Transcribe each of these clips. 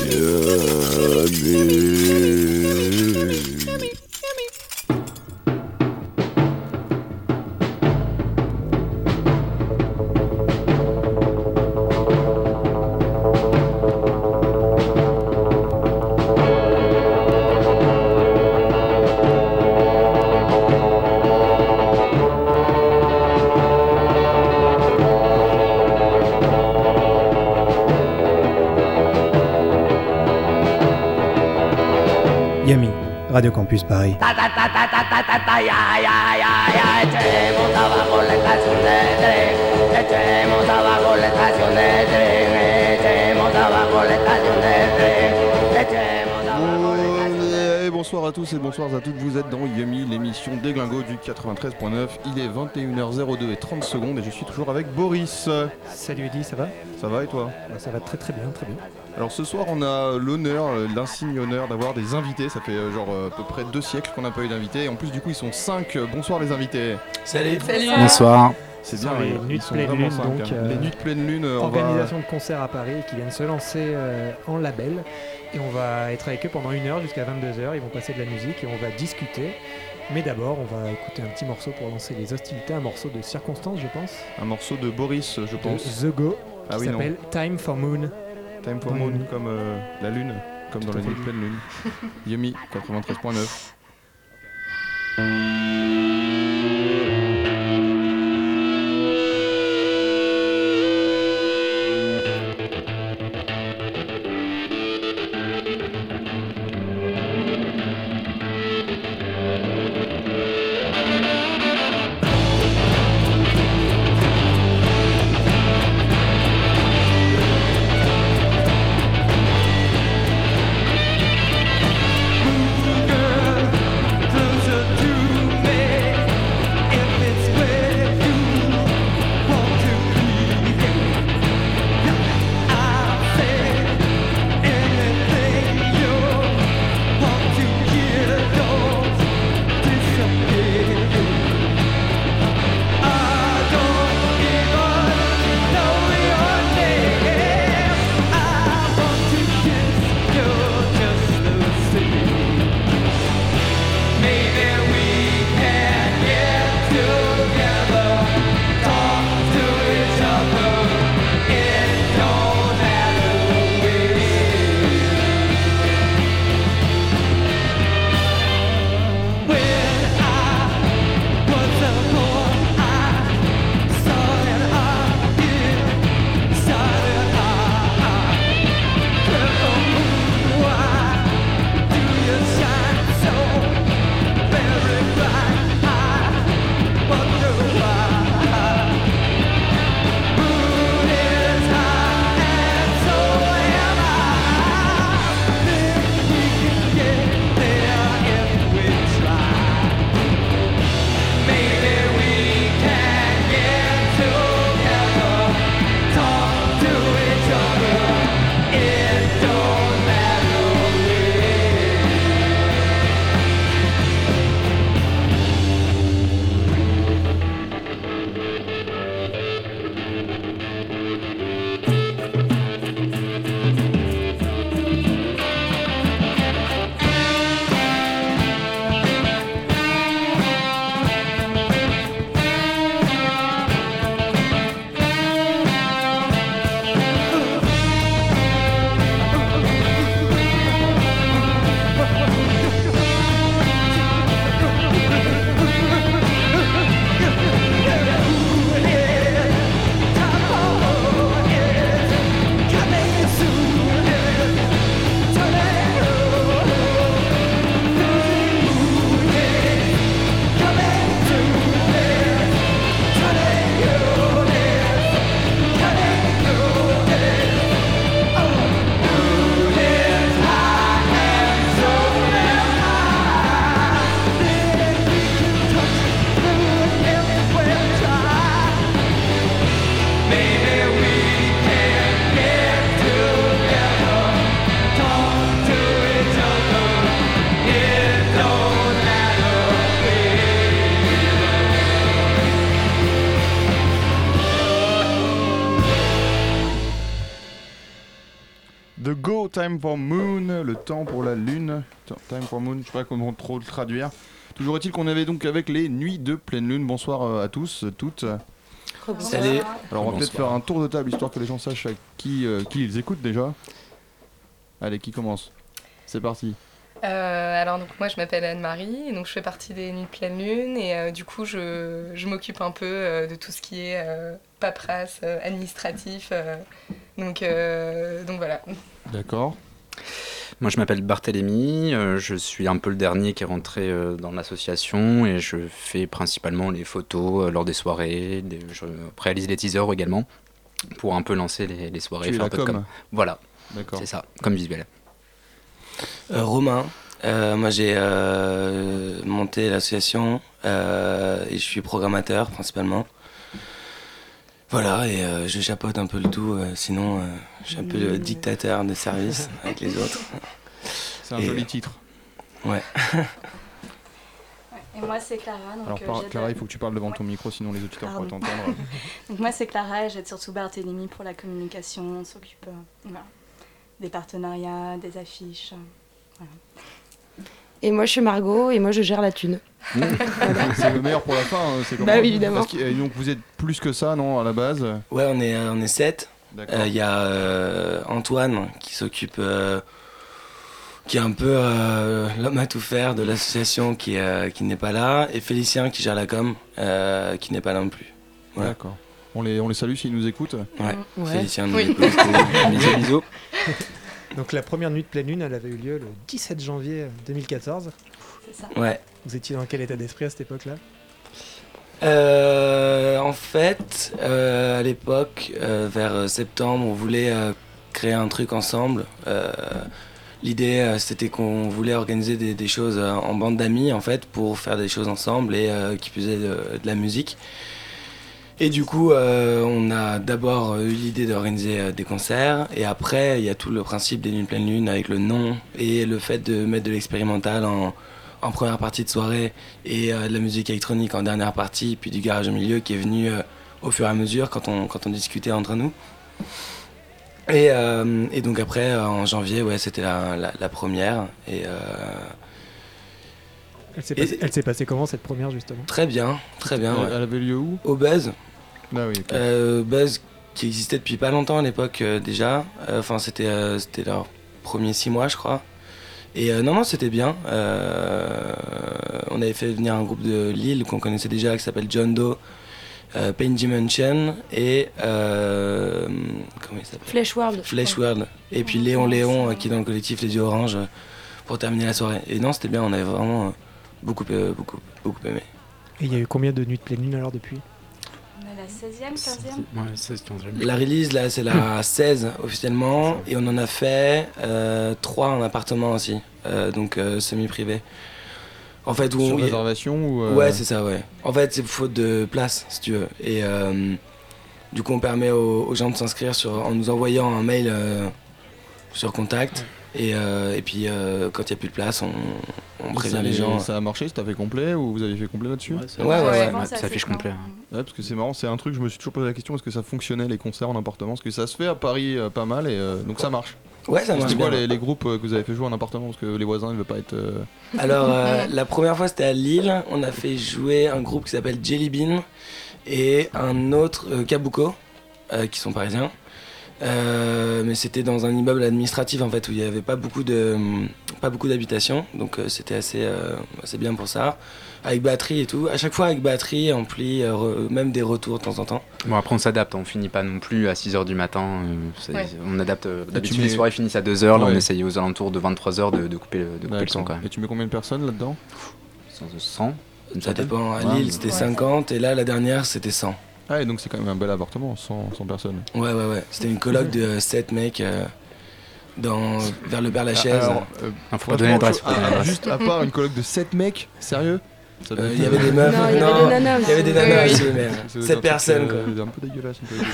Yami, Radio Campus Paris. Echemos abajo la estación de tren, echemos abajo la estación de tren, echemos abajo la estación de tren, echemos abajo la estación de tren. Bonsoir à tous et bonsoir à toutes, vous êtes dans Yumi, l'émission des Glingos du 93.9. Il est 21h02 et 30 secondes et je suis toujours avec Boris. Salut Eddy, ça va ? Ça va et toi ? Ça va très très bien, très bien. Alors ce soir on a l'honneur, l'insigne honneur d'avoir des invités. Ça fait à peu près 2 siècles qu'on n'a pas eu d'invités. Et en plus du coup ils sont 5. Bonsoir les invités. Salut. Bonsoir. C'est bien, les nuits de pleine lune, donc les nuits de pleine lune. Organisation de concerts à Paris qui viennent se lancer en label. Et on va être avec eux pendant 1 heure jusqu'à 22h. Ils vont passer de la musique et on va discuter. Mais d'abord, on va écouter un petit morceau pour lancer les hostilités. Un morceau de Circonstance, je pense. Un morceau de Boris, je pense. The Go, qui s'appelle non. Time for Moon. Time for Moon, comme la lune, comme dans la nuit de pleine lune. Yumi, 93.9. Closer to The Go, Time for Moon, le temps pour la lune. Time for Moon, je sais pas comment trop le traduire. Toujours est-il qu'on avait donc avec les nuits de pleine lune. Bonsoir à tous, toutes. Salut. Alors on va peut-être faire un tour de table histoire que les gens sachent à qui ils écoutent déjà. Allez, qui commence? C'est parti. Alors donc moi je m'appelle Anne-Marie et donc je fais partie des Nuits de pleine lune et du coup je m'occupe un peu de tout ce qui est paperasse, administratif, donc voilà. D'accord. Moi je m'appelle Barthélémy, je suis un peu le dernier qui est rentré dans l'association et je fais principalement les photos lors des soirées, je réalise les teasers également pour un peu lancer les soirées. Tu es faire la un peu com. comme... Voilà, D'accord. c'est ça, comme visuel. Romain, moi j'ai monté l'association et je suis programmateur principalement. Voilà, et je chapeaute un peu le tout, sinon je suis un peu le dictateur de service avec les autres. C'est un joli titre. Ouais. Et moi c'est Clara. Donc, Alors Clara, il faut que tu parles devant ton micro, sinon les auditeurs pourraient t'entendre. Donc moi c'est Clara et j'aide surtout Barthélémy pour la communication. On s'occupe des partenariats, des affiches. Voilà. Et moi je suis Margot et moi je gère la thune. C'est le meilleur pour la fin, hein, c'est Bah oui, évidemment. Donc vous êtes plus que ça, non, à la base? Ouais, on est 7. D'accord. Il y a Antoine qui s'occupe, qui est un peu l'homme à tout faire de l'association qui n'est pas là, et Félicien qui gère la com, qui n'est pas là non plus. Voilà. D'accord. On les salue s'ils nous écoutent. Ouais, Ouais. Félicien nous Oui. écoute. Bisous, bisous. Donc la première nuit de pleine lune, elle avait eu lieu le 17 janvier 2014. C'est ça. Ouais. Vous étiez dans quel état d'esprit à cette époque-là? En fait, à l'époque, vers septembre, on voulait créer un truc ensemble. L'idée, c'était qu'on voulait organiser des choses en bande d'amis, en fait, pour faire des choses ensemble et qui faisaient de la musique. Et du coup, on a d'abord eu l'idée d'organiser des concerts, et après, il y a tout le principe des Nuits de pleine lune avec le nom et le fait de mettre de l'expérimental en première partie de soirée et de la musique électronique en dernière partie, puis du garage au milieu qui est venu au fur et à mesure quand on discutait entre nous. Et donc après, en janvier, ouais, c'était la première. Et, Elle s'est passée comment cette première justement? très bien, très bien. Ouais. Elle avait lieu où? Au Buzz. Ah oui, ok. Buzz qui existait depuis pas longtemps à l'époque déjà. Enfin, c'était leurs premiers 6 mois, je crois. Et non, c'était bien. On avait fait venir un groupe de Lille qu'on connaissait déjà qui s'appelle John Doe, Pain Dimension et comment il s'appelle? Flash World. Flash World. Et puis Léon qui est dans le collectif Les Yeux Oranges pour terminer la soirée. Et non, c'était bien, on avait vraiment beaucoup aimé. Et il y a eu combien de nuits de pleine lune alors depuis? On est à la 16e, 15e. Ouais, 16, 15. La release là c'est la 16 officiellement et on en a fait 3 en appartement aussi, donc semi-privé. En fait, Sur réservation ou Ouais, c'est ça, ouais. En fait, c'est faute de place, si tu veux. Et du coup, on permet aux gens de s'inscrire en nous envoyant un mail sur contact. Et puis, quand il n'y a plus de place, on prévient les gens. Ça a marché, ça t'a fait complet ou vous avez fait complet là-dessus? Ouais. Ça affiche complet. Ouais, parce que c'est marrant, c'est un truc, je me suis toujours posé la question, est-ce que ça fonctionnait les concerts en appartement? Parce que ça se fait à Paris pas mal et donc ça marche. Ouais, ça marche C'était quoi bien. les groupes que vous avez fait jouer en appartement? Parce que les voisins ils veulent pas être. Alors, la première fois, c'était à Lille. On a fait jouer un groupe qui s'appelle Jelly Bean et un autre, Kabuko, qui sont parisiens. Mais c'était dans un immeuble administratif en fait où il n'y avait pas beaucoup d'habitations, donc c'était assez bien pour ça. Avec batterie et tout, à chaque fois avec batterie, ampli, même des retours de temps en temps. Bon, après on s'adapte, on finit pas non plus à 6h du matin. Ouais. On adapte. D'habitude mets- les soirées finissent à 2h, là on Ouais. essaye aux alentours de 23h de couper le son quand même. Et tu mets combien de personnes là-dedans? 100. Ça dépend, à Ouais. Lille c'était 50 et là la dernière c'était 100. Ah, et donc c'est quand même un bel appartement, 100 personnes. Ouais, c'était une coloc de 7 mecs vers le Père-Lachaise. Alors, Il faudra donner l'adresse. Juste à part une coloc de 7 mecs, sérieux? Ça doit être- Il y avait des meufs, Non, il y avait des nanas il y avait des aussi. nanas Oui. aussi, mais Ça doit être 7 un personnes truc, quoi. un peu dégueulasse.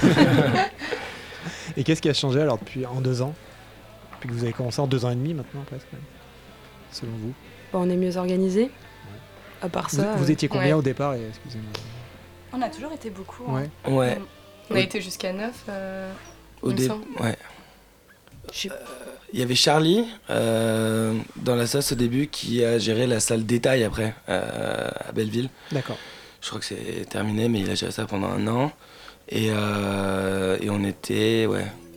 Et qu'est-ce qui a changé alors en 2 ans? Depuis que vous avez commencé en 2 ans et demi maintenant presque, même, selon vous? Bon, on est mieux organisé. À part Vous, ça. vous étiez combien ouais. au départ excusez-moi. On a toujours été beaucoup. Ouais. Hein. Ouais. On a été jusqu'à 9. Au Il me dé- semble. ouais. Il y avait Charlie dans la sauce au début qui a géré la salle détail après à Belleville. D'accord. Je crois que c'est terminé, mais il a géré ça pendant 1 an. Et on était,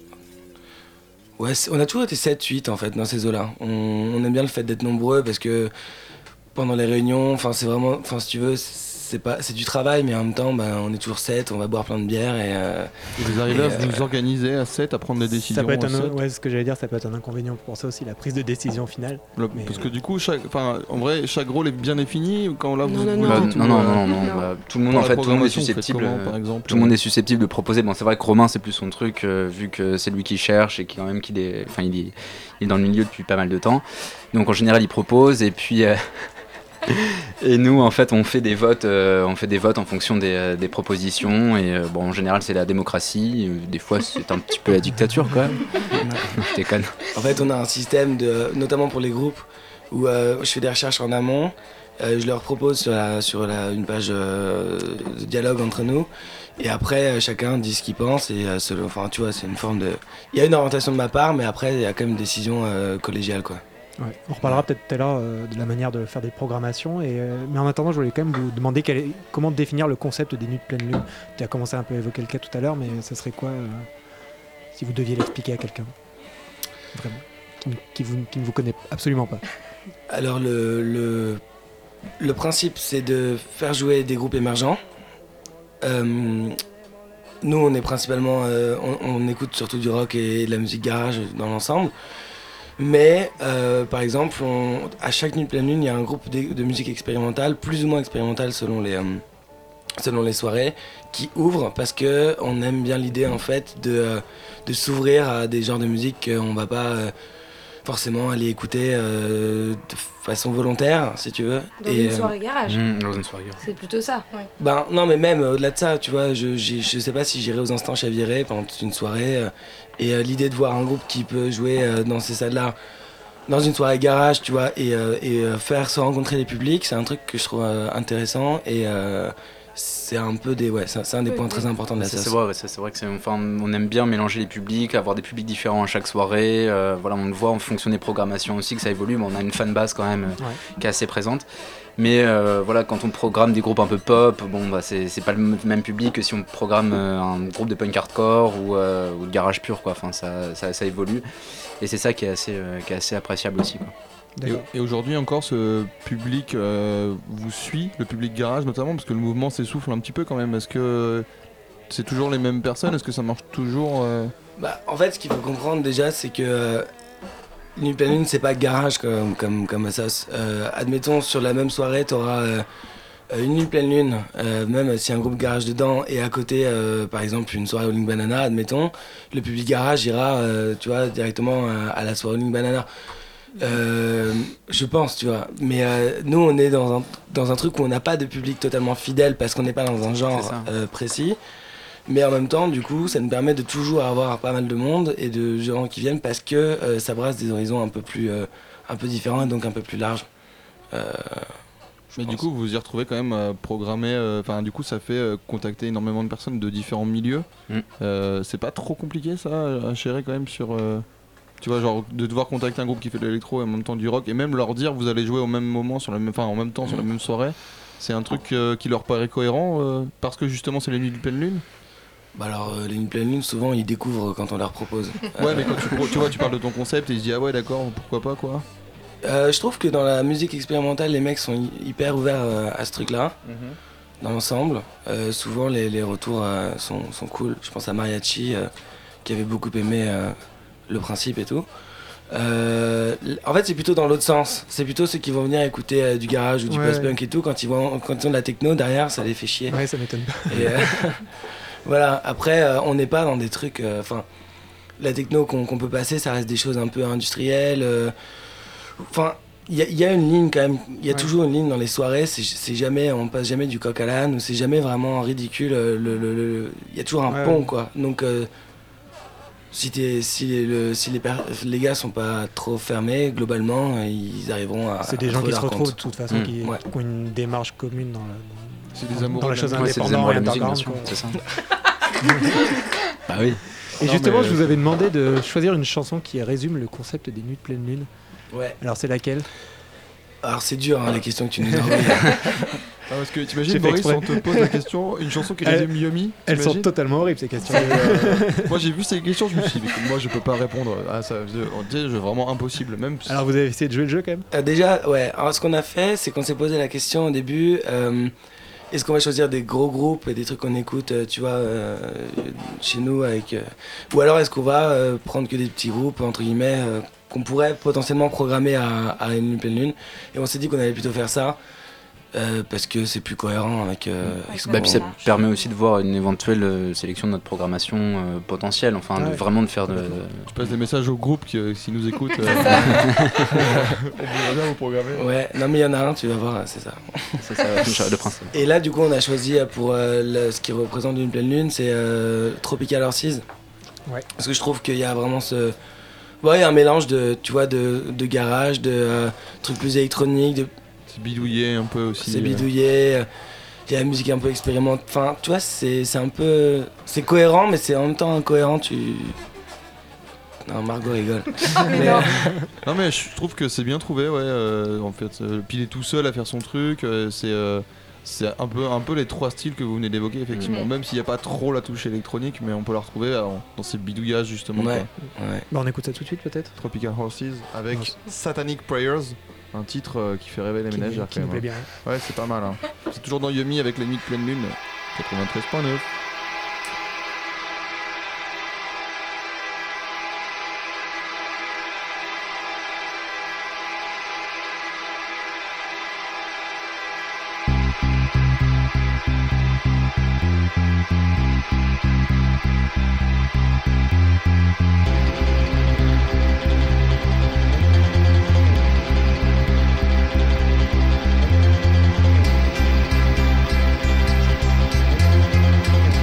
on a toujours été 7-8 en fait dans ces eaux-là. On aime bien le fait d'être nombreux parce que pendant les réunions, c'est vraiment, si tu veux, c'est du travail, mais en même temps, on est toujours 7, on va boire plein de bières et vous arrivez à vous organiser à 7, à prendre des décisions. Ça peut être ce que j'allais dire, ça peut être un inconvénient pour ça aussi, la prise de décision finale. Parce que du coup, en vrai, chaque rôle est bien défini quand là non, tout le monde en fait, tout le monde est susceptible. Par exemple, tout le monde est susceptible de proposer. Bon, c'est vrai que Romain, c'est plus son truc, vu que c'est lui qui cherche et qui quand même il est dans le milieu depuis pas mal de temps. Donc en général, il propose et puis. Et nous, en fait, on fait des votes en fonction des propositions. Et en général, c'est la démocratie. Des fois, c'est un petit peu la dictature, quand même. Je déconne. En fait, on a un système notamment pour les groupes, où je fais des recherches en amont. Je leur propose sur une page de dialogue entre nous. Et après, chacun dit ce qu'il pense. Et tu vois, c'est une forme de. Il y a une orientation de ma part, mais après, il y a quand même une décision collégiale, quoi. Ouais. On reparlera peut-être tout à l'heure de la manière de faire des programmations, mais en attendant, je voulais quand même vous demander comment définir le concept des Nuits de pleine lune. Tu as commencé un peu à évoquer le cas tout à l'heure, mais ça serait quoi si vous deviez l'expliquer à quelqu'un vraiment, qui ne vous connaît absolument pas? Alors le principe, c'est de faire jouer des groupes émergents. Nous, on est principalement, on écoute surtout du rock et de la musique garage dans l'ensemble. Mais par exemple, à chaque Nuit de pleine lune, il y a un groupe de musique expérimentale, plus ou moins expérimentale selon les soirées, qui ouvre parce que on aime bien l'idée en fait de s'ouvrir à des genres de musique qu'on va pas forcément aller écouter de façon volontaire, si tu veux. Dans une soirée garage. Dans une soirée garage. C'est plutôt ça. Ouais. Non, mais même au-delà de ça, tu vois, je sais pas si j'irai aux Instants Chavirés pendant toute une soirée. Et l'idée de voir un groupe qui peut jouer dans ces salles-là, dans une soirée garage, tu vois, et faire se rencontrer les publics, c'est un truc que je trouve intéressant. Et c'est un peu c'est un des points très importants de la sauce. C'est vrai que on aime bien mélanger les publics, avoir des publics différents à chaque soirée. On le voit en fonction des programmations aussi que ça évolue, mais on a une fanbase quand même qui est assez présente. Mais quand on programme des groupes un peu pop, c'est pas le même public que si on programme un groupe de punk hardcore ou de garage pur, quoi. Enfin, ça évolue. Et c'est ça qui est assez appréciable aussi, quoi. Et aujourd'hui encore, ce public vous suit, le public garage notamment, parce que le mouvement s'essouffle un petit peu quand même. Est-ce que c'est toujours les mêmes personnes? Est-ce que ça marche toujours En fait, ce qu'il faut comprendre déjà, c'est que Nuit de pleine lune, c'est pas garage comme à sauce. Admettons, sur la même soirée, t'auras une Nuit de pleine lune, même si y a un groupe garage dedans, et à côté, par exemple, une soirée Rolling Banana, admettons, le public garage ira, tu vois, directement à la soirée Rolling Banana. Je pense, tu vois. Mais nous, on est dans un truc où on n'a pas de public totalement fidèle parce qu'on n'est pas dans un genre précis. Mais en même temps, du coup, ça nous permet de toujours avoir pas mal de monde et de gens qui viennent parce que ça brasse des horizons un peu différents et donc un peu plus larges. Mais du coup, vous vous y retrouvez quand même programmé. Du coup, ça fait contacter énormément de personnes de différents milieux. C'est pas trop compliqué ça à gérer quand même sur. Tu vois, genre de devoir contacter un groupe qui fait de l'électro et en même temps du rock et même leur dire vous allez jouer au même moment en même temps sur la même soirée. C'est un truc qui leur paraît cohérent parce que justement c'est les Nuits de pleine lune. Les Nuits de pleine lune, souvent ils découvrent quand on leur propose. Ouais, mais quand tu vois, tu parles de ton concept et ils se disent ah ouais d'accord, pourquoi pas quoi. Je trouve que dans la musique expérimentale, les mecs sont hyper ouverts à ce truc-là. Dans l'ensemble, souvent les retours sont cool. Je pense à Mariachi qui avait beaucoup aimé le principe et tout. En fait, c'est plutôt dans l'autre sens. C'est plutôt ceux qui vont venir écouter du garage ou du post-punk et tout. Quand ils ont de la techno derrière, ça les fait chier. Ouais, ça m'étonne pas. Et, voilà. Après, on n'est pas dans des trucs. La techno qu'on peut passer, ça reste des choses un peu industrielles. Il y a une ligne quand même. Il y a toujours une ligne dans les soirées. C'est jamais, on passe jamais du coq à l'âne ou c'est jamais vraiment ridicule. Il y a toujours un pont, quoi. Donc si les gars sont pas trop fermés, globalement, ils arriveront à. C'est des gens qui se retrouvent de toute façon, qui ont une démarche commune dans la chose indépendante et underground. C'est ça. Bah oui. Et Non, justement, mais, je vous avais demandé de choisir une chanson qui résume le concept des nuits de pleine lune. Ouais. Alors c'est laquelle? Alors c'est dur les questions que tu nous envoies. parce que t'imagines, J'ai fait Boris, exprès. on te pose la question, une chanson qui résume Yomi. Elles sont t'imagines totalement horribles ces questions. Moi j'ai vu ces questions, je me suis dit, mais moi je peux pas répondre à ça. On dit, vraiment impossible. Même si- Alors vous avez essayé de jouer le jeu quand même? Déjà, ouais. Alors ce qu'on a fait, c'est qu'on s'est posé la question au début. Est-ce qu'on va choisir des gros groupes et des trucs qu'on écoute, tu vois, chez nous avec, ou alors est-ce qu'on va prendre que des petits groupes entre guillemets qu'on pourrait potentiellement programmer à une nuit pleine lune. Et on s'est dit qu'on allait plutôt faire ça parce que c'est plus cohérent avec. avec ce qu'on- Puis ça permet aussi de voir une éventuelle sélection de notre programmation potentielle, enfin Ouais. vraiment de faire de. Tu passes des messages au groupe s'ils nous écoutent. On pourrait bien vous programmer. Ouais, non mais il y en a un, tu vas voir, c'est ça. C'est ça le principe. Et là, du coup, on a choisi pour ce qui représente une pleine lune, c'est Tropical Horses. Ouais. Parce que je trouve qu'il y a vraiment ce. Ouais, il y a un mélange de, tu vois, de garage, de trucs plus électroniques, de C'est bidouillé un peu aussi. c'est bidouillé. Il y a la musique un peu expérimentale. Enfin, tu vois, c'est un peu. C'est cohérent, mais c'est en même temps incohérent. Non, Margot rigole. Mais non. Non mais je trouve que c'est bien trouvé, ouais. En fait, puis il est tout seul à faire son truc. C'est un peu les trois styles que vous venez d'évoquer, effectivement. Même s'il n'y a pas trop la touche électronique, mais on peut la retrouver dans ces bidouillages justement. Ouais, quoi. ouais. Bah, on écoute ça tout de suite peut-être? Tropical Horses avec Ouais. Satanic Prayers, un titre qui fait rêver les Qui ménagères. nous quand plaît même, bien. Ouais, c'est pas mal. Hein. C'est toujours dans Yumi avec les nuits de pleine lune, 93.9. Thank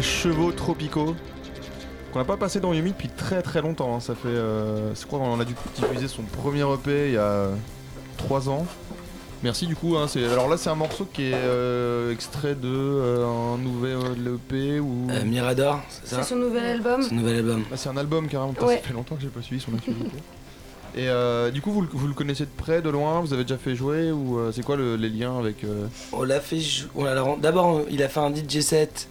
Chevaux Tropicaux, qu'on n'a pas passé dans Yumi depuis très très longtemps. Hein. Ça fait, je crois qu'on a dû diffuser son premier EP il y a 3 ans. Merci du coup. Hein, alors là, c'est un morceau qui est extrait de un nouvel EP ou. Mirador, c'est ça? C'est son nouvel album. Son nouvel album. Ah, c'est un album carrément. Ouais. Ça fait longtemps que j'ai pas suivi son actualité. Et du coup, vous le connaissez de près, de loin? Vous avez déjà fait jouer ou c'est quoi les liens avec On l'a fait jouer. D'abord, il a fait un DJ set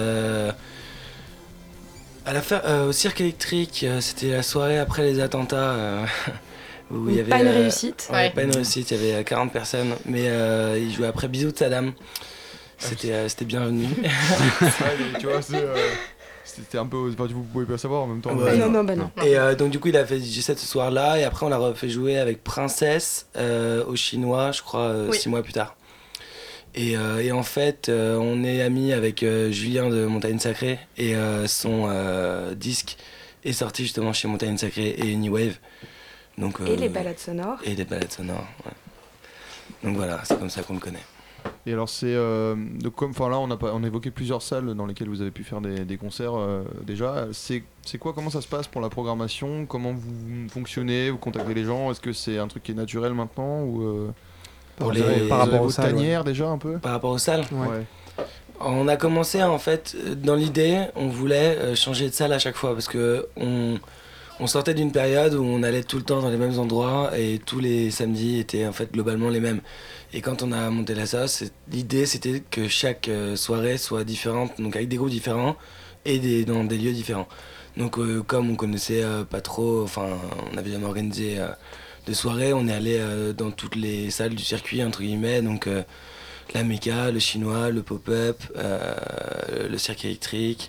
au Cirque Électrique. C'était la soirée après les attentats. Où il y avait, pas une réussite. Ouais. Pas une réussite, il y avait 40 personnes. Mais il jouait après Bisous de Saddam. C'était bienvenu. Ouais, tu vois, c'était un peu. Enfin, vous pouvez pas savoir en même temps. Ouais, non, bah non. Et donc du coup il a fait DJ set ce soir-là et après on l'a refait jouer avec Princesse au Chinois, je crois, 6 mois plus tard. Et en fait on est amis avec Julien de Montagne Sacrée et son disque est sorti justement chez Montagne Sacrée et New Wave. Donc, Et les balades sonores. Et les balades sonores, ouais. Donc voilà, c'est comme ça qu'on le connaît. Et alors c'est là on a évoqué plusieurs salles dans lesquelles vous avez pu faire des concerts déjà. C'est quoi, comment ça se passe pour la programmation? Comment vous fonctionnez? Vous contactez les gens? Est-ce que c'est un truc qui est naturel maintenant ou Pour par rapport aux salles, salles, tanières déjà un peu? Par rapport aux salles, Ouais. on a commencé en fait dans l'idée, on voulait changer de salle à chaque fois parce que on sortait d'une période où on allait tout le temps dans les mêmes endroits et tous les samedis étaient en fait globalement les mêmes. Et quand on a monté la sauce, l'idée c'était que chaque soirée soit différente, donc avec des groupes différents et dans des lieux différents. Donc comme on connaissait pas trop, enfin on avait jamais organisé de soirée, on est allé dans toutes les salles du circuit entre guillemets, donc la Méca, le Chinois, le Pop-Up, le Cirque Électrique.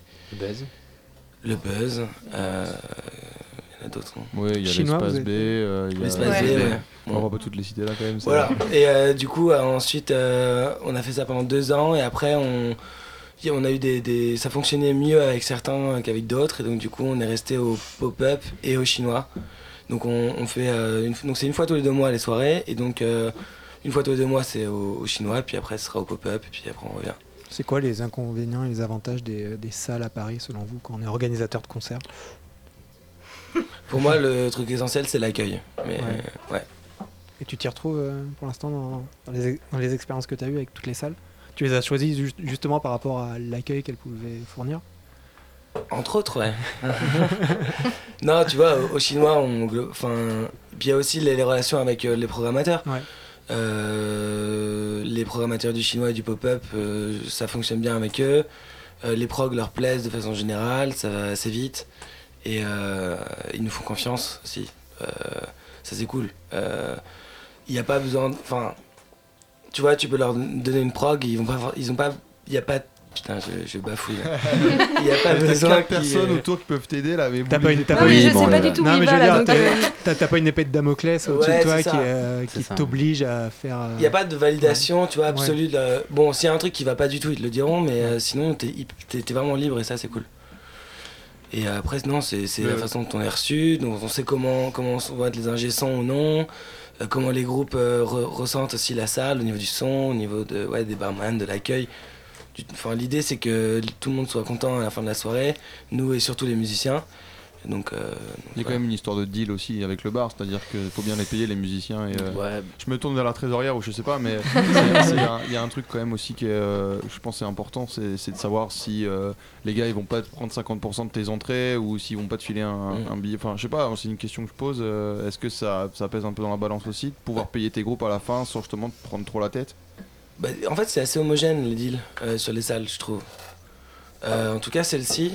Le Buzz. Il y en a d'autres. Oui, il y a Chinois, l'Espace vous B. Il y a L'Espace B, ouais. On va pas toutes les citer là quand même. Voilà. Et du coup, ensuite, on a fait ça pendant 2 ans et après, on a eu ça fonctionnait mieux avec certains qu'avec d'autres et donc du coup, on est resté au Pop-Up et au Chinois. Donc on fait, donc c'est une fois tous les 2 mois les soirées et donc une fois tous les 2 mois c'est au Chinois puis après ce sera au Pop-Up et puis après on revient. C'est quoi les inconvénients et les avantages des salles à Paris selon vous quand on est organisateur de concerts? Pour moi, le truc essentiel, c'est l'accueil. Mais ouais. Et tu t'y retrouves pour l'instant dans les expériences que tu as eues avec toutes les salles? Tu les as choisies justement par rapport à l'accueil qu'elles pouvaient fournir? Entre autres, ouais. Non, tu vois, au Chinois, puis il y a aussi les relations avec les programmateurs. Ouais. Les programmateurs du Chinois et du Pop-Up, ça fonctionne bien avec eux. Les progs leur plaisent de façon générale, ça va assez vite. Et ils nous font confiance aussi. Ça c'est cool. Il n'y a pas besoin... Enfin, tu vois, tu peux leur donner une prog, ils ont pas... Il n'y a pas... Putain, je bafouille. Il n'y a pas besoin de personnes autour qui peuvent t'aider là. Mais T'as pas une... Non, mais je sais pas du tout où il va là. T'as pas une épée de Damoclès au-dessus de toi qui t'oblige à faire... Il n'y a pas de validation, tu vois, absolue. Bon, s'il y a un truc qui va pas du tout, ils te le diront, mais sinon, t'es vraiment libre et ça, c'est cool. Et après, non, c'est la façon dont on est reçu, donc on sait comment vont être les ingé sons ou non, comment les groupes ressentent aussi la salle au niveau du son, au niveau des barman, de l'accueil. Enfin, l'idée, c'est que tout le monde soit content à la fin de la soirée, nous et surtout les musiciens. Donc, il y a quand même une histoire de deal aussi avec le bar, c'est-à-dire qu'il faut bien les payer les musiciens. Et, je me tourne vers la trésorière ou je sais pas, mais il y a un truc quand même aussi qui est, je pense, c'est important, c'est de savoir si les gars ils vont pas te prendre 50% de tes entrées ou s'ils vont pas te filer un billet. Enfin, je sais pas, c'est une question que je pose. Est-ce que ça pèse un peu dans la balance aussi de pouvoir payer tes groupes à la fin sans justement te prendre trop la tête? Bah, en fait, c'est assez homogène les deals sur les salles, je trouve. En tout cas, celle-ci.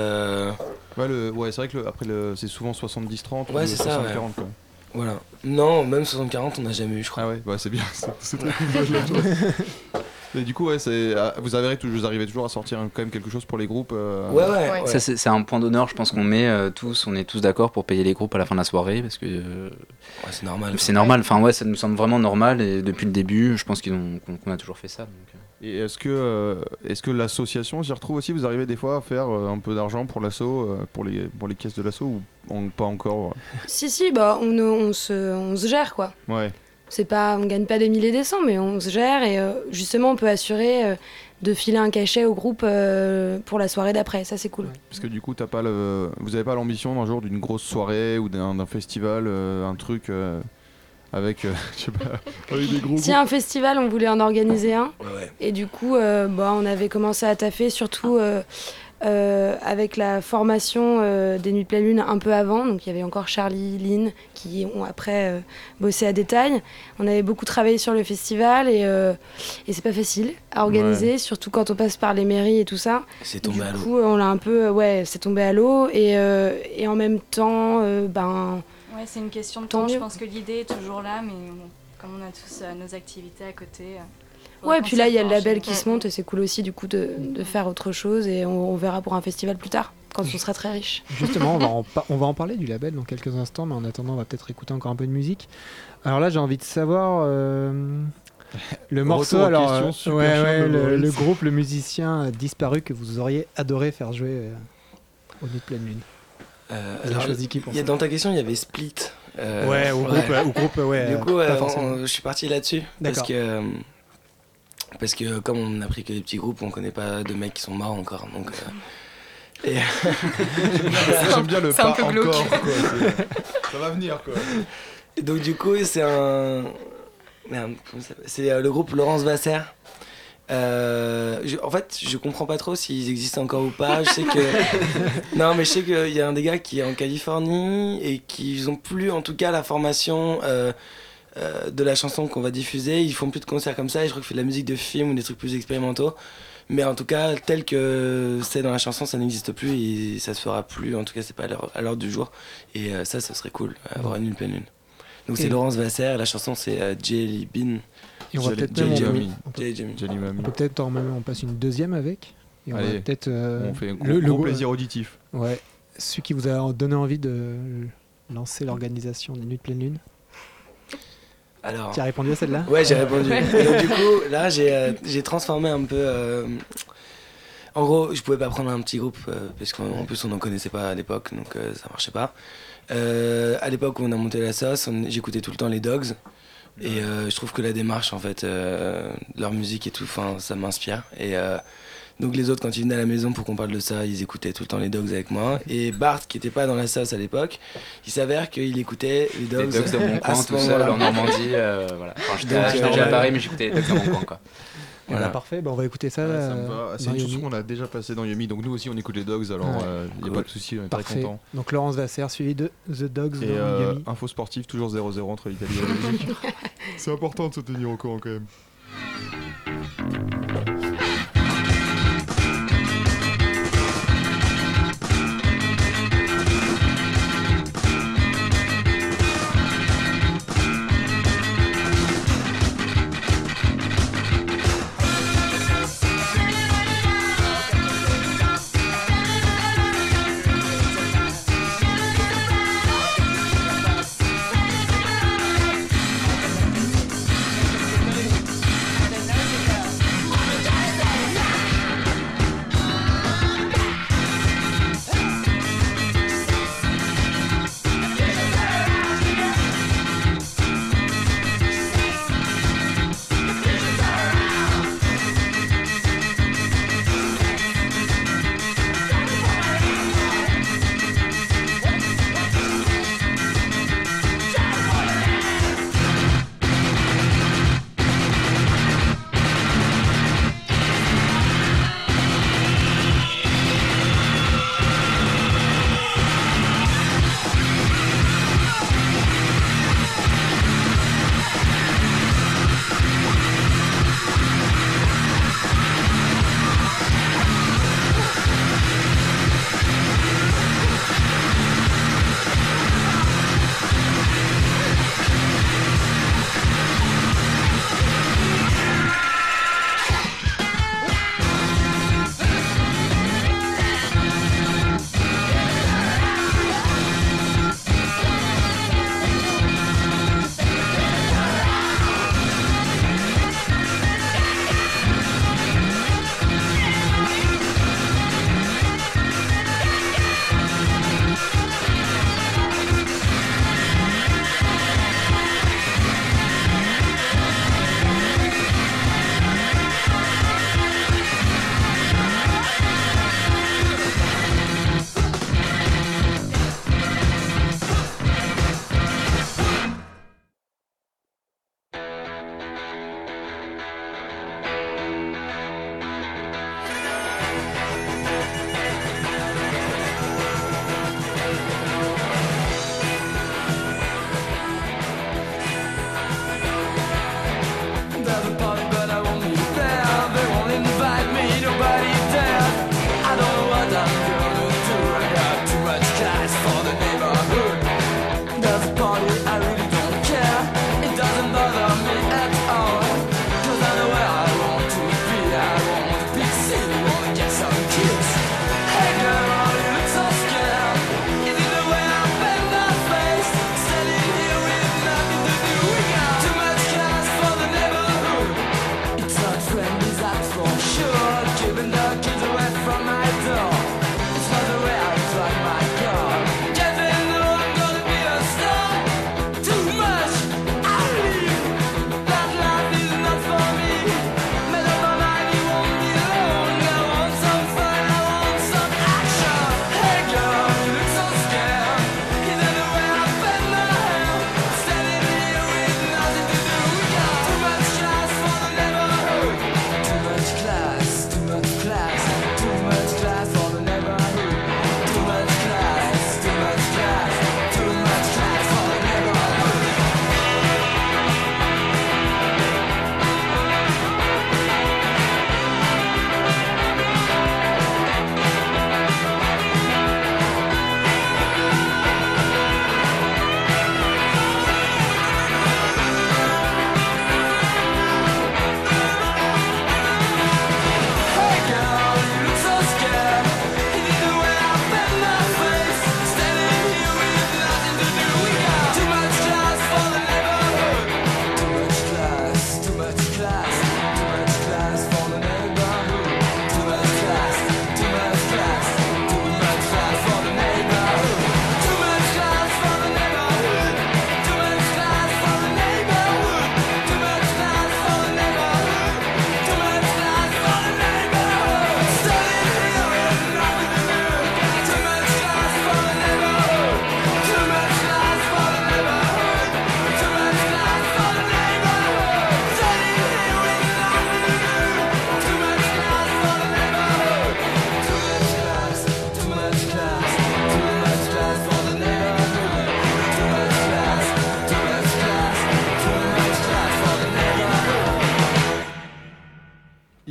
C'est vrai que après c'est souvent 70-30 ouais, ou c'est 60-40 ça, quoi. Voilà. Non, même 60-40, on n'a jamais eu, je crois. Ah ouais, c'est bien, c'est très cool. Et du coup, vous arrivez toujours à sortir quand même quelque chose pour les groupes. Ouais. Ça, c'est un point d'honneur, je pense qu'on met on est tous d'accord pour payer les groupes à la fin de la soirée parce que. C'est normal. C'est normal. Enfin ça nous semble vraiment normal et depuis le début, je pense qu'on a toujours fait ça. Donc. Et est-ce que l'association s'y retrouve aussi? Vous arrivez des fois à faire un peu d'argent pour l'asso, pour les caisses de l'asso ou pas encore? Si, bah on se gère quoi. Ouais. On gagne pas des milliers des cents, mais on se gère et justement on peut assurer de filer un cachet au groupe pour la soirée d'après. Ça, c'est cool. Parce que du coup, vous n'avez pas l'ambition d'un jour d'une grosse soirée ou d'un festival, un truc avec, je sais pas, avec des gros Si un festival, on voulait en organiser un. Ouais. Et du coup, on avait commencé à taffer, surtout avec la formation des Nuits de Pleine Lune un peu avant. Donc il y avait encore Charlie, Lynn, qui ont après bossé à Détail. On avait beaucoup travaillé sur le festival et c'est pas facile à organiser, surtout quand on passe par les mairies et tout ça. C'est tombé à l'eau. Du coup, on l'a un peu... c'est tombé à l'eau. Et en même temps, Ouais, c'est une question de Tant temps. Je mieux. pense que l'idée est toujours là, mais bon, comme on a tous nos activités à côté. Ouais, puis là, il y a le label qui Ouais. se monte et c'est cool aussi du coup de faire autre chose et on verra pour un festival plus tard, quand on sera très riche. Justement, on va en parler du label dans quelques instants, mais en attendant, on va peut-être écouter encore un peu de musique. Alors là, j'ai envie de savoir le morceau. Retour aux Alors, questions super chiantes de le Maurice. groupe, le musicien disparu que vous auriez adoré faire jouer aux Nuits de Pleine Lune. Vous avez Alors, choisi qui pour ça dans ta question, il y avait Split. Ouais, au groupe, ouais. Du coup, pas forcément. je suis parti là-dessus. Parce que comme on n'a pris que des petits groupes, on connaît pas de mecs qui sont morts encore. Donc, et J'aime bien le C'est un pas peu glauque. encore, quoi. Ça va venir, quoi. Et donc du coup, c'est un... Merde, comment ça s'appelle ? C'est le groupe Laurence Vasser. En fait, je comprends pas trop s'ils existent encore ou pas. Je sais que... Non, mais je sais qu'il y a un des gars qui est en Californie et qu'ils ont plus, en tout cas, la formation de la chanson qu'on va diffuser. Ils font plus de concerts comme ça et je crois qu'ils font de la musique de film ou des trucs plus expérimentaux. Mais en tout cas, tel que c'est dans la chanson, ça n'existe plus et ça se fera plus. En tout cas, c'est pas à l'heure du jour. Et ça serait cool, avoir une Nuit de Pleine Lune. Donc c'est Laurence Vasser, la chanson c'est Jelly Bean. Et on va peut-être Jelly même- Mamie. on peut- Jelly Jamie. Jelly Mamie. on peut peut-être on passe une deuxième avec. Et on va Allez, peut-être. On fait un le gros plaisir auditif. Ouais. Celui qui vous a donné envie de lancer l'organisation des Nuits de Pleine Lune. Alors, Tu as répondu à celle-là ouais, j'ai répondu. Et donc, du coup, là, j'ai transformé un peu. En gros, je pouvais pas prendre un petit groupe parce qu'en plus on n'en connaissait pas à l'époque, donc ça marchait pas. À l'époque où on a monté la sauce, j'écoutais tout le temps les Dogs. Et je trouve que la démarche, en fait, leur musique et tout, ça m'inspire. Et donc les autres, quand ils venaient à la maison pour qu'on parle de ça, ils écoutaient tout le temps les Dogs avec moi. Et Bart, qui était pas dans la sauce à l'époque, il s'avère qu'il écoutait les Les Dogs, Dogs de mon à coin, ce tout seul, moment-là. en Normandie. Voilà. Enfin, j'étais Donc, déjà à Paris, mais j'écoutais les Dogs de mon coin, quoi. Voilà. Parfait, on va écouter ça. Ouais, ça me va. C'est dans une Yumi. chanson qu'on a déjà passée dans Yumi, donc nous aussi on écoute les Dogs, alors il n'y a pas de souci, on est très Parfait. contents. Donc Laurence Vasser, suivi de The Dogs Et dans Yumi. info sportive, toujours 0-0 entre l'Italie et la Belgique. C'est important de se tenir au courant quand même.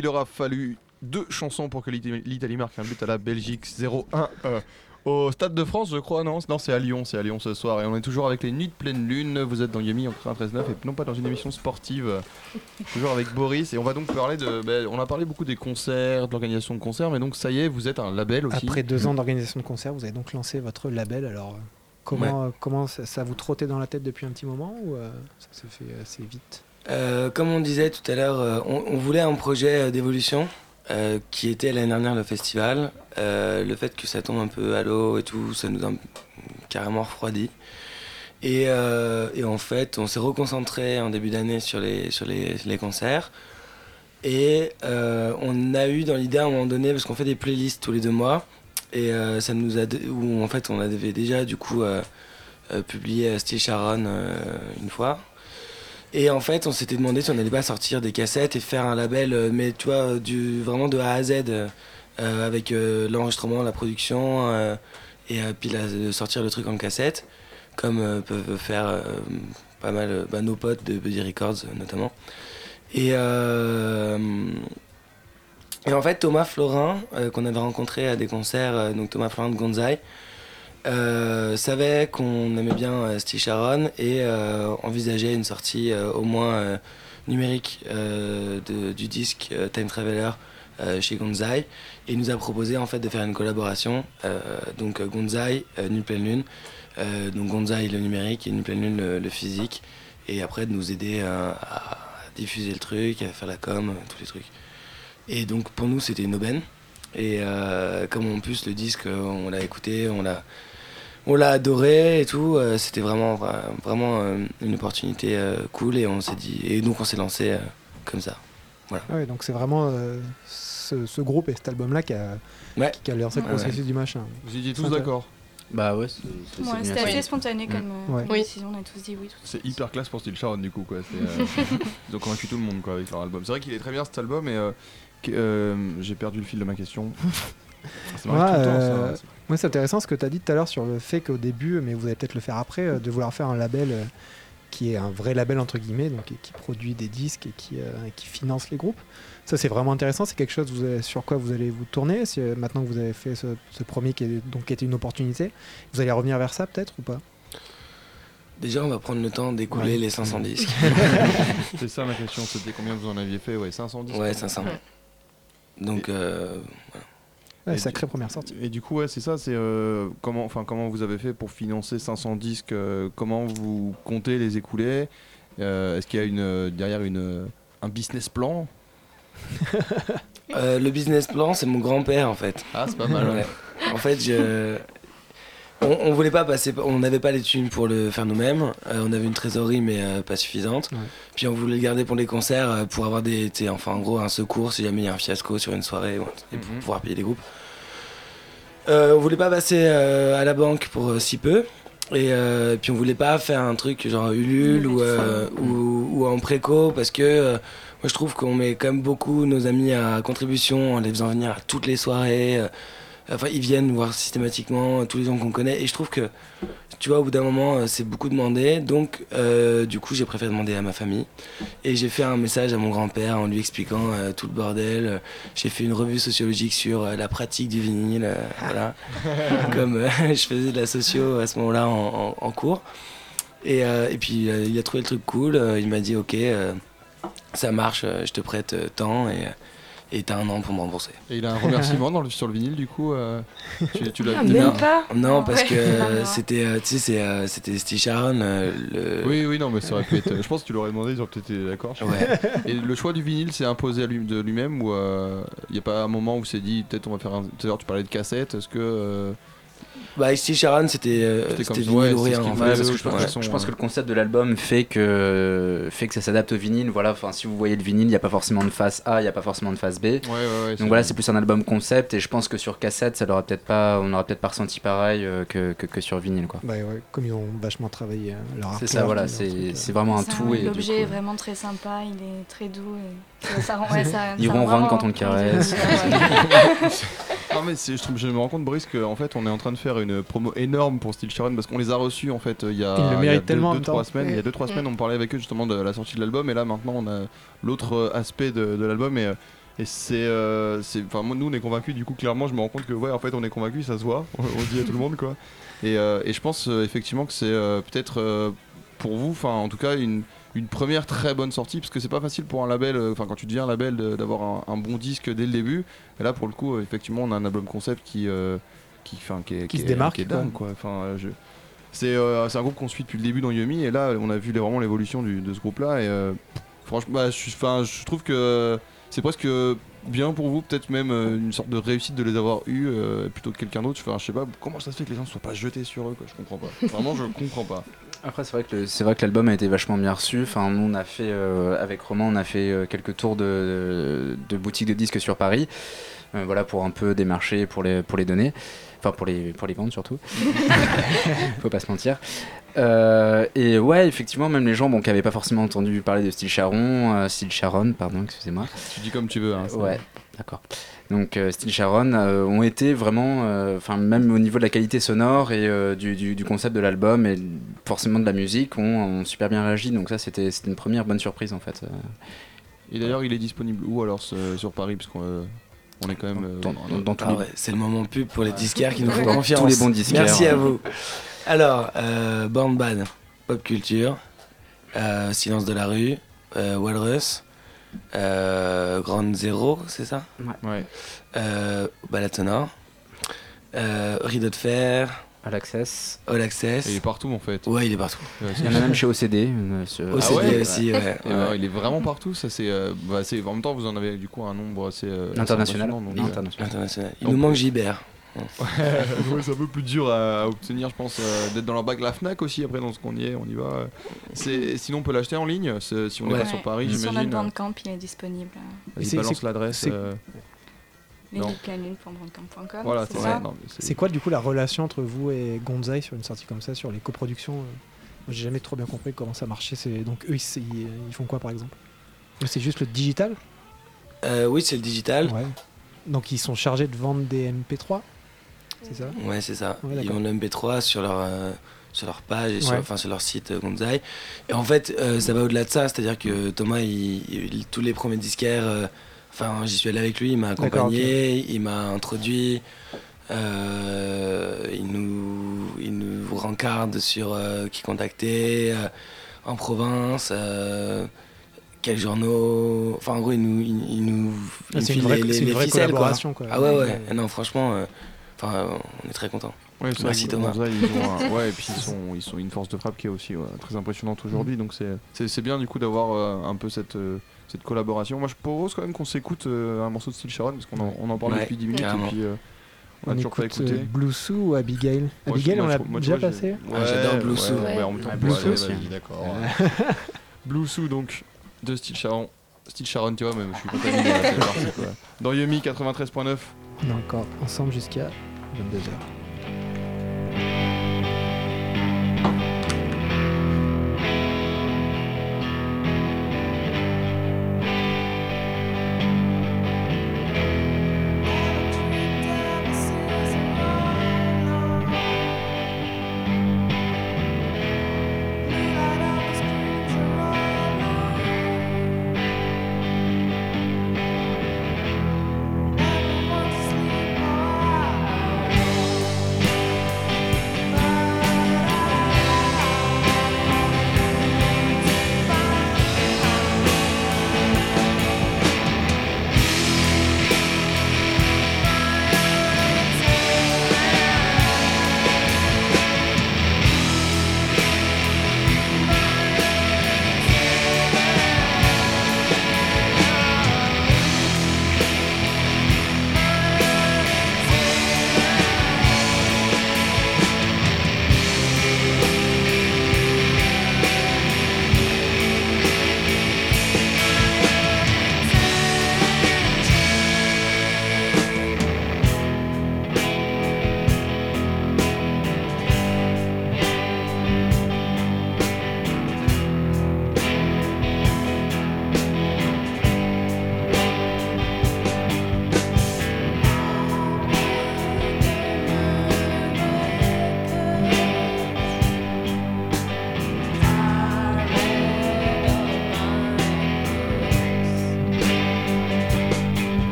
Il aura fallu 2 chansons pour que l'Italie marque un but à la Belgique 0-1 au Stade de France, je crois. Non, c'est à Lyon ce soir. Et on est toujours avec les Nuits de pleine lune. Vous êtes dans Yumi en 93.9 et non pas dans une émission sportive. Toujours avec Boris. Et on va donc parler on a parlé beaucoup des concerts, de l'organisation de concerts, mais donc ça y est, vous êtes un label aussi. Après 2 ans d'organisation de concerts, vous avez donc lancé votre label. Alors comment ça vous trottait dans la tête depuis un petit moment ou ça s'est fait assez vite? Comme on disait tout à l'heure, on voulait un projet d'évolution. Qui était l'année dernière le festival. Le fait que ça tombe un peu à l'eau et tout, ça nous a carrément refroidi. Et en fait, on s'est reconcentré en début d'année sur les concerts. Et on a eu dans l'idée à un moment donné, parce qu'on fait des playlists tous les 2 mois, et ça nous a où en fait on avait déjà du coup publié Steel Sharon une fois. Et en fait, on s'était demandé si on n'allait pas sortir des cassettes et faire un label, mais tu vois, vraiment de A à Z, avec l'enregistrement, la production, et puis sortir le truc en cassette, comme peuvent faire pas mal nos potes de Buddy Records notamment. Et en fait, Thomas Florin, qu'on avait rencontré à des concerts, donc Thomas Florin de Gonzai, savait qu'on aimait bien Steve Sharon et envisageait une sortie au moins numérique du disque Time Traveler chez Gonzai, et il nous a proposé en fait de faire une collaboration, donc Gonzai, Nuit pleine lune, donc Gonzai le numérique et Nuit pleine lune le physique, et après de nous aider à diffuser le truc, à faire la com, tous les trucs. Et donc pour nous c'était une aubaine, et comme en plus le disque on l'a écouté, on l'a adoré et tout, c'était vraiment une opportunité cool, et on s'est dit, et donc on s'est lancé comme ça. Voilà. Ah ouais, donc c'est vraiment ce groupe et cet album-là qui a lancé le processus du machin. Vous étiez tous d'accord? Bah ouais, c'était assez spontané comme décision, on a tous dit oui. C'est hyper classe pour Steel Sharon du coup, quoi. Ils ont convaincu tout le monde quoi, avec leur album. C'est vrai qu'il est très bien cet album, et j'ai perdu le fil de ma question. Moi c'est intéressant ce que tu as dit tout à l'heure sur le fait qu'au début, mais vous allez peut-être le faire après, de vouloir faire un label qui est un vrai label entre guillemets, donc qui produit des disques et qui finance les groupes. Ça c'est vraiment intéressant, c'est quelque chose sur quoi vous allez vous tourner maintenant que vous avez fait ce premier qui était une opportunité. Vous allez revenir vers ça peut-être ou pas? Déjà on va prendre le temps d'écouler les 500 disques. C'est ça ma question, c'était combien vous en aviez fait? 500 disques. Ouais, 500. Donc voilà. Ouais, sacrée première sortie. Et du coup, c'est ça, c'est comment vous avez fait pour financer 500 disques, comment vous comptez les écouler, est-ce qu'il y a derrière un business plan? Le business plan, c'est mon grand-père en fait. Ah, c'est pas mal. Ouais. En fait, on voulait pas passer, on n'avait pas les thunes pour le faire nous-mêmes. On avait une trésorerie mais pas suffisante. Ouais. Puis on voulait le garder pour les concerts, pour avoir en gros un secours si jamais il y a un fiasco sur une soirée, et pour pouvoir payer les groupes. On voulait pas passer à la banque pour si peu. Et puis on voulait pas faire un truc genre Ulule ou en préco, parce que moi je trouve qu'on met quand même beaucoup nos amis à contribution en les faisant venir à toutes les soirées. Enfin, ils viennent nous voir systématiquement, tous les gens qu'on connaît, et je trouve que, tu vois, au bout d'un moment, c'est beaucoup demandé. Donc, du coup, j'ai préféré demander à ma famille. Et j'ai fait un message à mon grand-père en lui expliquant tout le bordel. J'ai fait une revue sociologique sur la pratique du vinyle, voilà. Comme je faisais de la socio à ce moment-là en cours. Et puis, il a trouvé le truc cool. Il m'a dit, ok, ça marche, je te prête tant. Et t'as 1 an pour me rembourser. Et il a un remerciement sur le vinyle du coup tu l'as même pas. Non, parce que c'était c'était Steve Sharon. Oui, non, mais ça aurait pu être. Je pense que tu l'aurais demandé, ils auraient peut-être été d'accord. Ouais. Et le choix du vinyle s'est imposé de lui-même, ou il n'y a pas un moment où c'est dit peut-être on va faire Tout à l'heure tu parlais de cassette, est-ce que. Steve Sharon c'était vinyle ou rien. Je pense que le concept de l'album fait que ça s'adapte au vinyle. Voilà, enfin si vous voyez le vinyle, il n'y a pas forcément de face A, il n'y a pas forcément de face B. Donc voilà, c'est plus un album concept, et je pense que sur cassette, on n'aura peut-être pas ressenti pareil que sur vinyle quoi. Comme ils ont vachement travaillé leur artwork. C'est ça, voilà, c'est vraiment un tout. Et l'objet est vraiment très sympa, il est très doux. Et ça rend, il ronronne quand on le caresse. Non mais je me rends compte, Brice, qu'en fait on est en train de faire une promo énorme pour Steel Sharon, parce qu'on les a reçus en fait il y a 2-3 semaines. Il y a 2-3 semaines on parlait avec eux justement de la sortie de l'album, et là maintenant on a l'autre aspect de l'album, et Et enfin, nous on est convaincus, du coup clairement je me rends compte que ouais en fait on est convaincus, ça se voit, on le dit à tout le monde quoi. Et je pense effectivement que c'est peut-être pour vous, enfin en tout cas une première très bonne sortie, parce que c'est pas facile pour un label, enfin quand tu deviens un label d'avoir un bon disque dès le début. Et là pour le coup effectivement on a un album concept qui se démarque, qui est dingue quoi. Enfin c'est un groupe qu'on suit depuis le début dans Yumi, et là on a vu vraiment l'évolution de ce groupe là, et franchement je trouve que c'est presque bien pour vous, peut-être même une sorte de réussite de les avoir eus plutôt que quelqu'un d'autre. Enfin, je sais pas comment ça se fait que les gens ne soient pas jetés sur eux quoi. Je comprends pas, vraiment je comprends pas. Après c'est vrai que l'album a été vachement bien reçu. Enfin, nous on a fait avec Romain on a fait quelques tours de boutiques de disques sur Paris, voilà, pour un peu démarcher, pour les donner, enfin pour les vendre surtout. Faut pas se mentir. Et ouais, effectivement, même les gens qui n'avaient pas forcément entendu parler de Style Sharon, pardon, excusez-moi. Tu dis comme tu veux. Hein, ouais, d'accord. Donc Style Sharon ont été vraiment, même au niveau de la qualité sonore et du concept de l'album et forcément de la musique, ont super bien réagi. Donc ça, c'était une première bonne surprise en fait. Et d'ailleurs, il est disponible où alors sur Paris, parce qu'on est quand même dans tous les... ouais, c'est le moment pub pour les disquaires qui nous font confiance. Tous les bons disquaires. Merci à vous. Alors, Born Bad, Pop Culture, Silence de la rue, Walrus, Grande Zéro, c'est ça? Ouais. Balade sonore, Rideau de fer, All Access. Et il est partout en fait. Ouais, il est partout. Il y en a même chez OCD. OCD aussi, ouais. Il est vraiment partout. Ça c'est, en même temps, vous en avez du coup un nombre assez international. International. Il nous manque Gibert. Ouais, c'est un peu plus dur à obtenir, je pense, d'être dans leur bac la Fnac aussi. Après, dans ce qu'on y est, on y va. Sinon, on peut l'acheter en ligne si on n'est pas sur Paris, j'imagine. Sur notre Bandcamp, il est disponible. Vas-y, balance l'adresse. lesnuitspleines.bandcamp.com. Voilà, c'est ça. C'est quoi du coup la relation entre vous et Gonzai sur une sortie comme ça, sur les coproductions? Moi, j'ai jamais trop bien compris comment ça marchait. Donc eux, ils font quoi par exemple? C'est juste le digital? Oui, c'est le digital. Ouais. Donc ils sont chargés de vendre des MP3, c'est ça? Ouais, c'est ça. Ouais, ils vendent le MP3 sur leur page et sur leur site Gonzai. Et en fait, ça va au-delà de ça, c'est-à-dire que Thomas, tous les premiers disquaires, j'y suis allé avec lui, il m'a accompagné, il m'a introduit, il nous rencarde sur qui contacter en province. Quels journaux, en gros il nous c'est une vraie ficelles, collaboration quoi. Ah ouais. Non, franchement on est très contents. Ouais, merci Thomas. Ouais, et puis ils sont une force de frappe qui est aussi très impressionnante aujourd'hui, donc c'est bien du coup d'avoir un peu cette collaboration. Moi je propose quand même qu'on s'écoute un morceau de Style Sharon, parce qu'on en parle depuis 10 minutes carrément. Et puis on a toujours pas écouté. Blue Sue ou Abigail? Abigail, on l'a déjà passé? J'adore Blue Sue. Ouais, en même temps, Blue Sue aussi. D'accord. Blue Sue donc de Style Sharon. Style Sharon, tu vois, même je suis contaminé. C'est parti, quoi. Dans Yumi 93.9. On est encore ensemble jusqu'à 22h.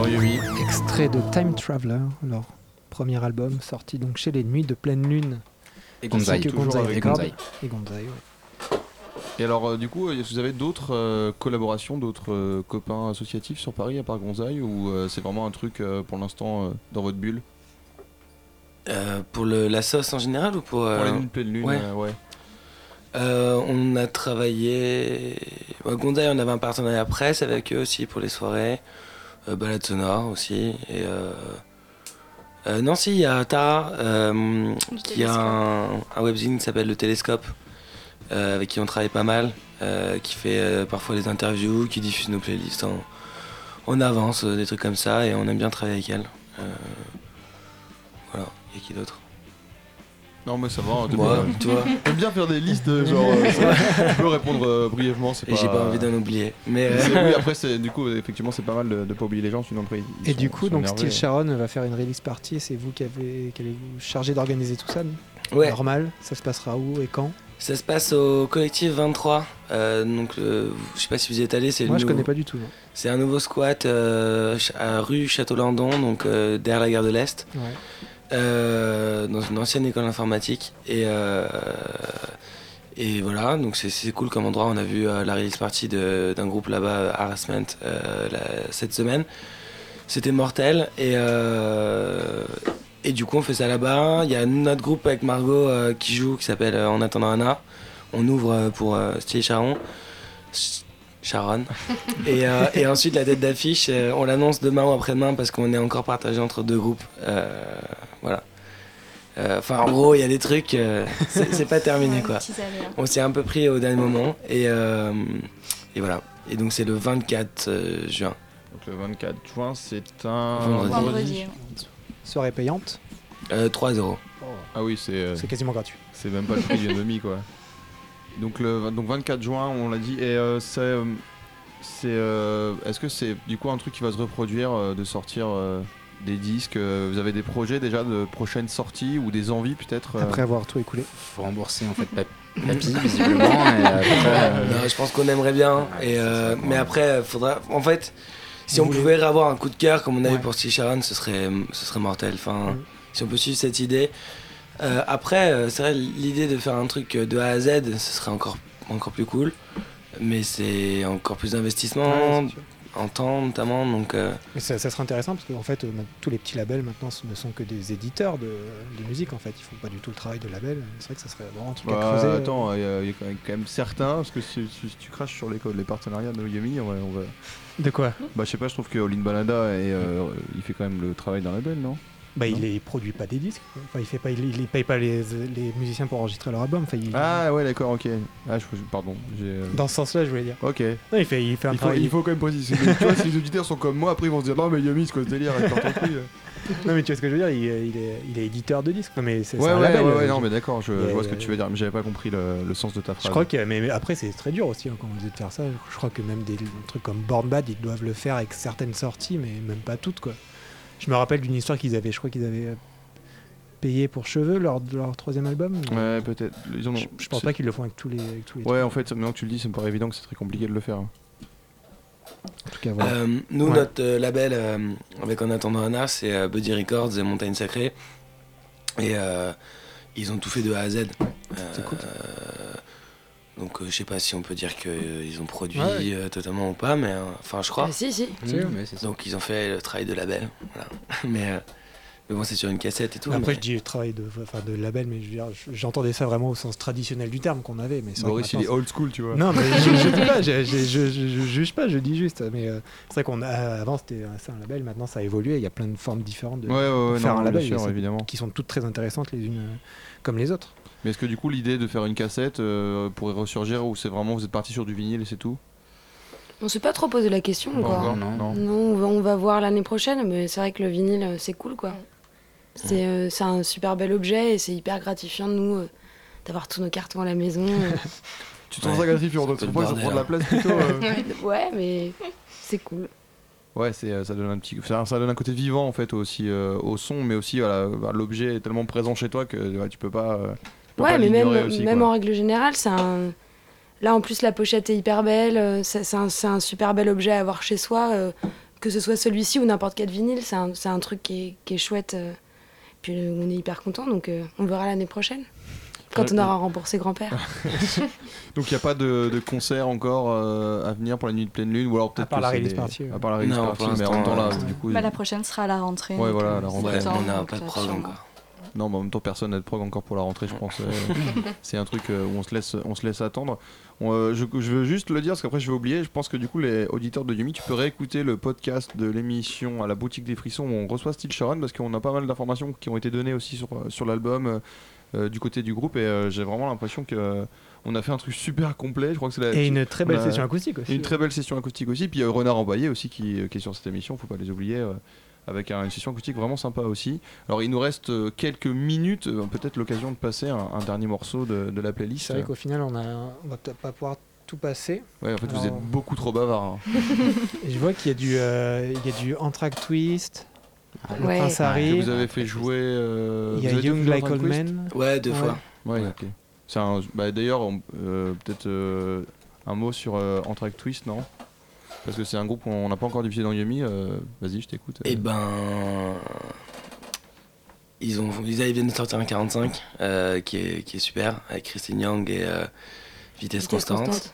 dans Yumi. Extrait de Time Traveler, leur premier album sorti donc chez les Nuits de Pleine Lune. Et Gonzai, ainsi que toujours Gonzai avec Records. Gonzai. Et Gonzai, ouais. Et alors, du coup, est-ce que vous avez d'autres collaborations, d'autres copains associatifs sur Paris à part Gonzai ou c'est vraiment un truc pour l'instant dans votre bulle? Pour la sauce en général ou pour les Nuits de Pleine Lune, ouais. On a travaillé. Gonzai, on avait un partenariat presse avec eux aussi pour les soirées. Balade sonore aussi. Et non, si, il y a Tara qui a un webzine qui s'appelle Le Télescope, avec qui on travaille pas mal, qui fait parfois des interviews, qui diffuse nos playlists en avance, des trucs comme ça, et on aime bien travailler avec elle. Voilà, et qui d'autre? Non, mais ça va. Moi, tu vois. J'aime bien faire des listes, genre. Je peux répondre brièvement, c'est pas. Et j'ai pas envie d'en oublier. Mais oui, après, du coup, effectivement, c'est pas mal de pas oublier les gens, sinon après. Et du coup, donc Steel Sharon va faire une release party, et c'est vous qui allez-vous charger d'organiser tout ça? Ouais. Normal, ça se passera où et quand? Ça se passe au Collectif 23. Donc, je sais pas si vous y êtes allé. Moi, je connais pas du tout. Non. C'est un nouveau squat à rue Château-Landon, donc derrière la gare de l'Est. Ouais. Dans une ancienne école informatique et voilà, donc c'est cool comme endroit. On a vu la release party d'un groupe là-bas, Harassment, cette semaine. C'était mortel et du coup on fait ça là-bas. Il y a notre groupe avec Margot qui joue, qui s'appelle En attendant Anna. On ouvre pour Style Sharon. Et ensuite la tête d'affiche, on l'annonce demain ou après-demain parce qu'on est encore partagé entre deux groupes. Voilà. Enfin, en gros, il y a des trucs, c'est pas terminé quoi. On s'est un peu pris au dernier moment et voilà. Et donc c'est le 24 juin. Donc le 24 juin, c'est un Vendredi. Soirée payante. 3 €. Ah oui, c'est quasiment gratuit. C'est même pas le prix d'une demi quoi. Donc 24 juin, on l'a dit. Et est-ce que c'est du coup un truc qui va se reproduire de sortir des disques? Vous avez des projets déjà de prochaines sorties ou des envies peut-être Après avoir tout écoulé. Faut rembourser en fait Papy visiblement. Et après, non, je pense qu'on aimerait bien. Mais après, faudra. En fait, si on pouvait avoir un coup de cœur comme on avait pour Steve Sharon, ce serait mortel. Enfin, si on peut suivre cette idée. Après, c'est vrai, l'idée de faire un truc de A à Z, ce serait encore plus cool. Mais c'est encore plus d'investissement, en temps notamment. Donc, Mais ça serait intéressant parce qu'en fait, tous les petits labels maintenant ne sont que des éditeurs de musique en fait. Ils font pas du tout le travail de label. C'est vrai que ça serait vraiment un truc à creuser. Attends, il y a quand même certains, parce que si tu craches sur les partenariats de Yumi, on va... De quoi? Bah je sais pas, je trouve que Olin Balada il fait quand même le travail d'un label, non? Bah il produit pas des disques. Enfin, il paye pas les musiciens pour enregistrer leur album. Enfin, Ah ouais, d'accord, ok. Pardon. Dans ce sens-là, je voulais dire. Ok. Non, il fait un travail. Il faut quand même préciser. Tu vois, si les auditeurs sont comme moi, après ils vont se dire non mais Yumi c'est quoi ce délire avec l'entreprise. Non mais tu vois ce que je veux dire, il est éditeur de disques. Non, mais c'est un label. Ouais, non mais d'accord, je vois ce que tu veux dire, mais j'avais pas compris le sens de ta phrase. Je crois que mais après c'est très dur aussi quand on disait de faire ça. Je crois que même des trucs comme Born Bad, ils doivent le faire avec certaines sorties, mais même pas toutes quoi. Je me rappelle d'une histoire je crois qu'ils avaient payé pour Cheveux leur troisième album. Ouais, peut-être. Je pense pas qu'ils le font avec tous les ouais, trucs. en fait, maintenant que tu le dis, ça me paraît évident que c'est très compliqué de le faire. En tout cas, voilà. nous, notre label, avec En attendant Anna, c'est Buddy Records et Montagne Sacrée. Et ils ont tout fait de A à Z. C'est cool. Donc je sais pas si on peut dire qu'ils ont produit totalement ou pas, mais enfin je crois. Si. Donc ils ont fait le travail de label. Voilà. mais bon, c'est sur une cassette et tout. Après, je dis travail de label, mais je veux dire, j'entendais ça vraiment au sens traditionnel du terme qu'on avait. Mais Boris, il est old school, tu vois. Non, mais je dis pas, je juge pas, je dis juste. Mais c'est vrai avant c'était un label, maintenant ça a évolué. Il y a plein de formes différentes de faire un label, sûr, évidemment, qui sont toutes très intéressantes les unes comme les autres. Mais est-ce que du coup l'idée de faire une cassette pourrait ressurgir, ou c'est vraiment vous êtes parti sur du vinyle et c'est tout? On s'est pas trop posé la question encore. Non. Non, on va voir l'année prochaine, mais c'est vrai que le vinyle c'est cool quoi. C'est un super bel objet et c'est hyper gratifiant de nous d'avoir tous nos cartons à la maison. Tu te sens ça gratifiant, donc c'est pas ça prend de la place plutôt. Ouais, mais c'est cool. Ouais, ça donne ça donne un côté vivant en fait aussi au son, mais aussi l'objet est tellement présent chez toi que tu peux pas. Ouais, mais même en en règle générale, là en plus la pochette est hyper belle, c'est un super bel objet à avoir chez soi. que ce soit celui-ci ou n'importe quel vinyle, c'est un truc qui est chouette. Puis on est hyper content, donc on verra l'année prochaine. Quand on aura remboursé grand-père. Donc il n'y a pas de concert encore à venir pour la nuit de pleine lune, ou alors peut-être à part la release party. À part la release party, mais en même temps là, du coup. La prochaine sera à la rentrée. Ouais, voilà, à la rentrée. Ouais, on n'a pas de prog encore. Non, mais en même temps, personne n'a de prog encore pour la rentrée, je pense. C'est un truc où on se laisse attendre. Je veux juste le dire, parce qu'après je vais oublier. Je pense que du coup, les auditeurs de Yumi, tu peux réécouter le podcast de l'émission à la boutique des frissons où on reçoit Steel Sharon, parce qu'on a pas mal d'informations qui ont été données aussi sur l'album du côté du groupe, et j'ai vraiment l'impression que on a fait un truc super complet. Je crois que c'est une très belle session acoustique aussi. Une très belle session acoustique aussi. Puis il y a Renard Embaillé aussi qui est sur cette émission, faut pas les oublier. Avec une session acoustique vraiment sympa aussi. Alors il nous reste quelques minutes, peut-être l'occasion de passer un dernier morceau de la playlist. C'est vrai qu'au final on va peut-être pas pouvoir tout passer. Ouais, en fait vous êtes beaucoup trop bavard. Hein. Et je vois qu'il y a du Anthrax Twist, le Prince Harry. Que vous avez fait jouer. Il y a Young Like Old Men. Ouais, 2 fois. Ouais, ok. C'est d'ailleurs peut-être un mot sur Anthrax Twist, non? Parce que c'est un groupe qu'on n'a pas encore diffusé dans Yumi. Vas-y, je t'écoute. Eh ben, ils viennent de sortir un 45 qui est super, avec Christine Young et Vitesse Constante.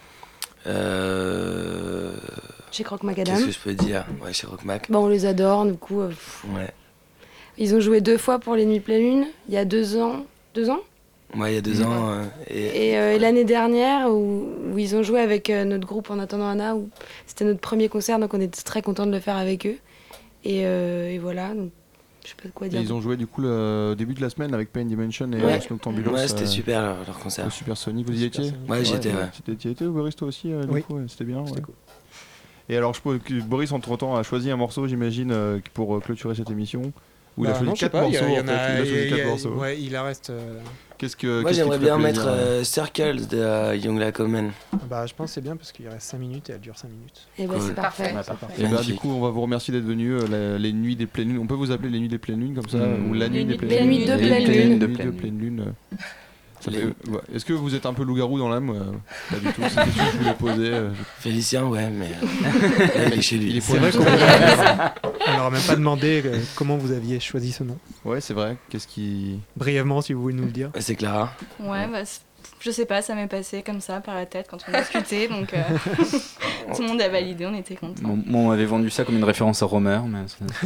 Chez Croque Macadam. Qu'est-ce que je peux dire? Ouais, chez Rock Mac. Bon, on les adore, du coup. Ouais. Ils ont joué 2 fois pour les Nuits Pleine Lune, il y a 2 ans. 2 ans? Ouais, il y a 2 ans. Et l'année dernière, où ils ont joué avec notre groupe En Attendant Anna, où c'était notre premier concert, donc on était très contents de le faire avec eux. Et voilà, donc je sais pas de quoi dire. Et ils ont joué du coup le début de la semaine avec Pain Dimension et Noctambulos. Ouais, c'était super leur concert. Au Super Sonic, vous y étiez? Ouais, j'y étais. Tu y étais, Boris, toi aussi? Oui. Du coup, c'était bien. C'était cool. Et alors, Boris, entre-temps, a choisi un morceau, j'imagine, pour clôturer cette émission. Ou il a choisi 4 morceaux. Il a choisi 4 morceaux. Ouais, il en reste. Moi, j'aimerais bien mettre Circles de Young Like Old Men. Bah, je pense que c'est bien parce qu'il reste 5 minutes et elle dure 5 minutes. Et bah, c'est parfait. Et bah, du coup, on va vous remercier d'être venus les nuits des pleines lunes. On peut vous appeler les nuits des pleines lunes comme ça, ou la nuit des pleines lunes. Les nuits de pleine lune. Est-ce que vous êtes un peu loup-garou dans l'âme? Pas du tout, c'est une question que je voulais poser. Félicien, ouais, mais il est chez lui. C'est vrai qu'on leur a même pas demandé comment vous aviez choisi ce nom. Ouais, c'est vrai. Qu'est-ce qui... Brièvement, si vous voulez nous le dire. C'est Clara. Ouais, bah, je sais pas, ça m'est passé comme ça par la tête quand on discutait, donc tout le monde a validé, on était contents. Moi, on m'avait vendu ça comme une référence à Romer, mais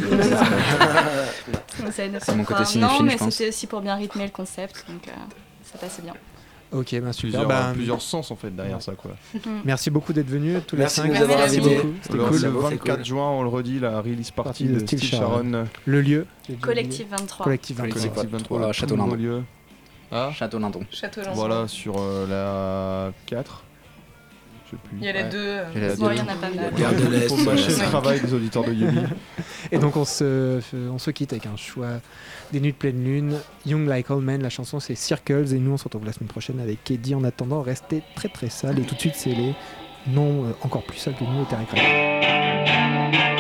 c'est mon côté cinéphile, non, mais je pense. c'était aussi pour bien rythmer le concept, donc ça passait bien. Ok, bah super. Plusieurs sens en fait derrière ça, quoi. Merci beaucoup d'être venus tous les 5. Merci de nous avoir invités. C'était cool. Le 24 juin, on le redit, la release party de Steel Sharon. Le lieu Collectif 23. Collectif 23. Château Lindon. Château Lindon. Château Lindon. Voilà, sur la 4. Je sais plus. Il y a les 2. Il y en a pas mal. Gare de l'Est. Pour mâcher le travail des auditeurs de Yumi. Et donc on se quitte avec un choix des Nuits de Pleine Lune. Young Like Old Men, la chanson c'est Circles. Et nous on se retrouve la semaine prochaine avec Eddie. En attendant, restez très très sales. Et tout de suite c'est les noms encore plus sales que nous, les Terre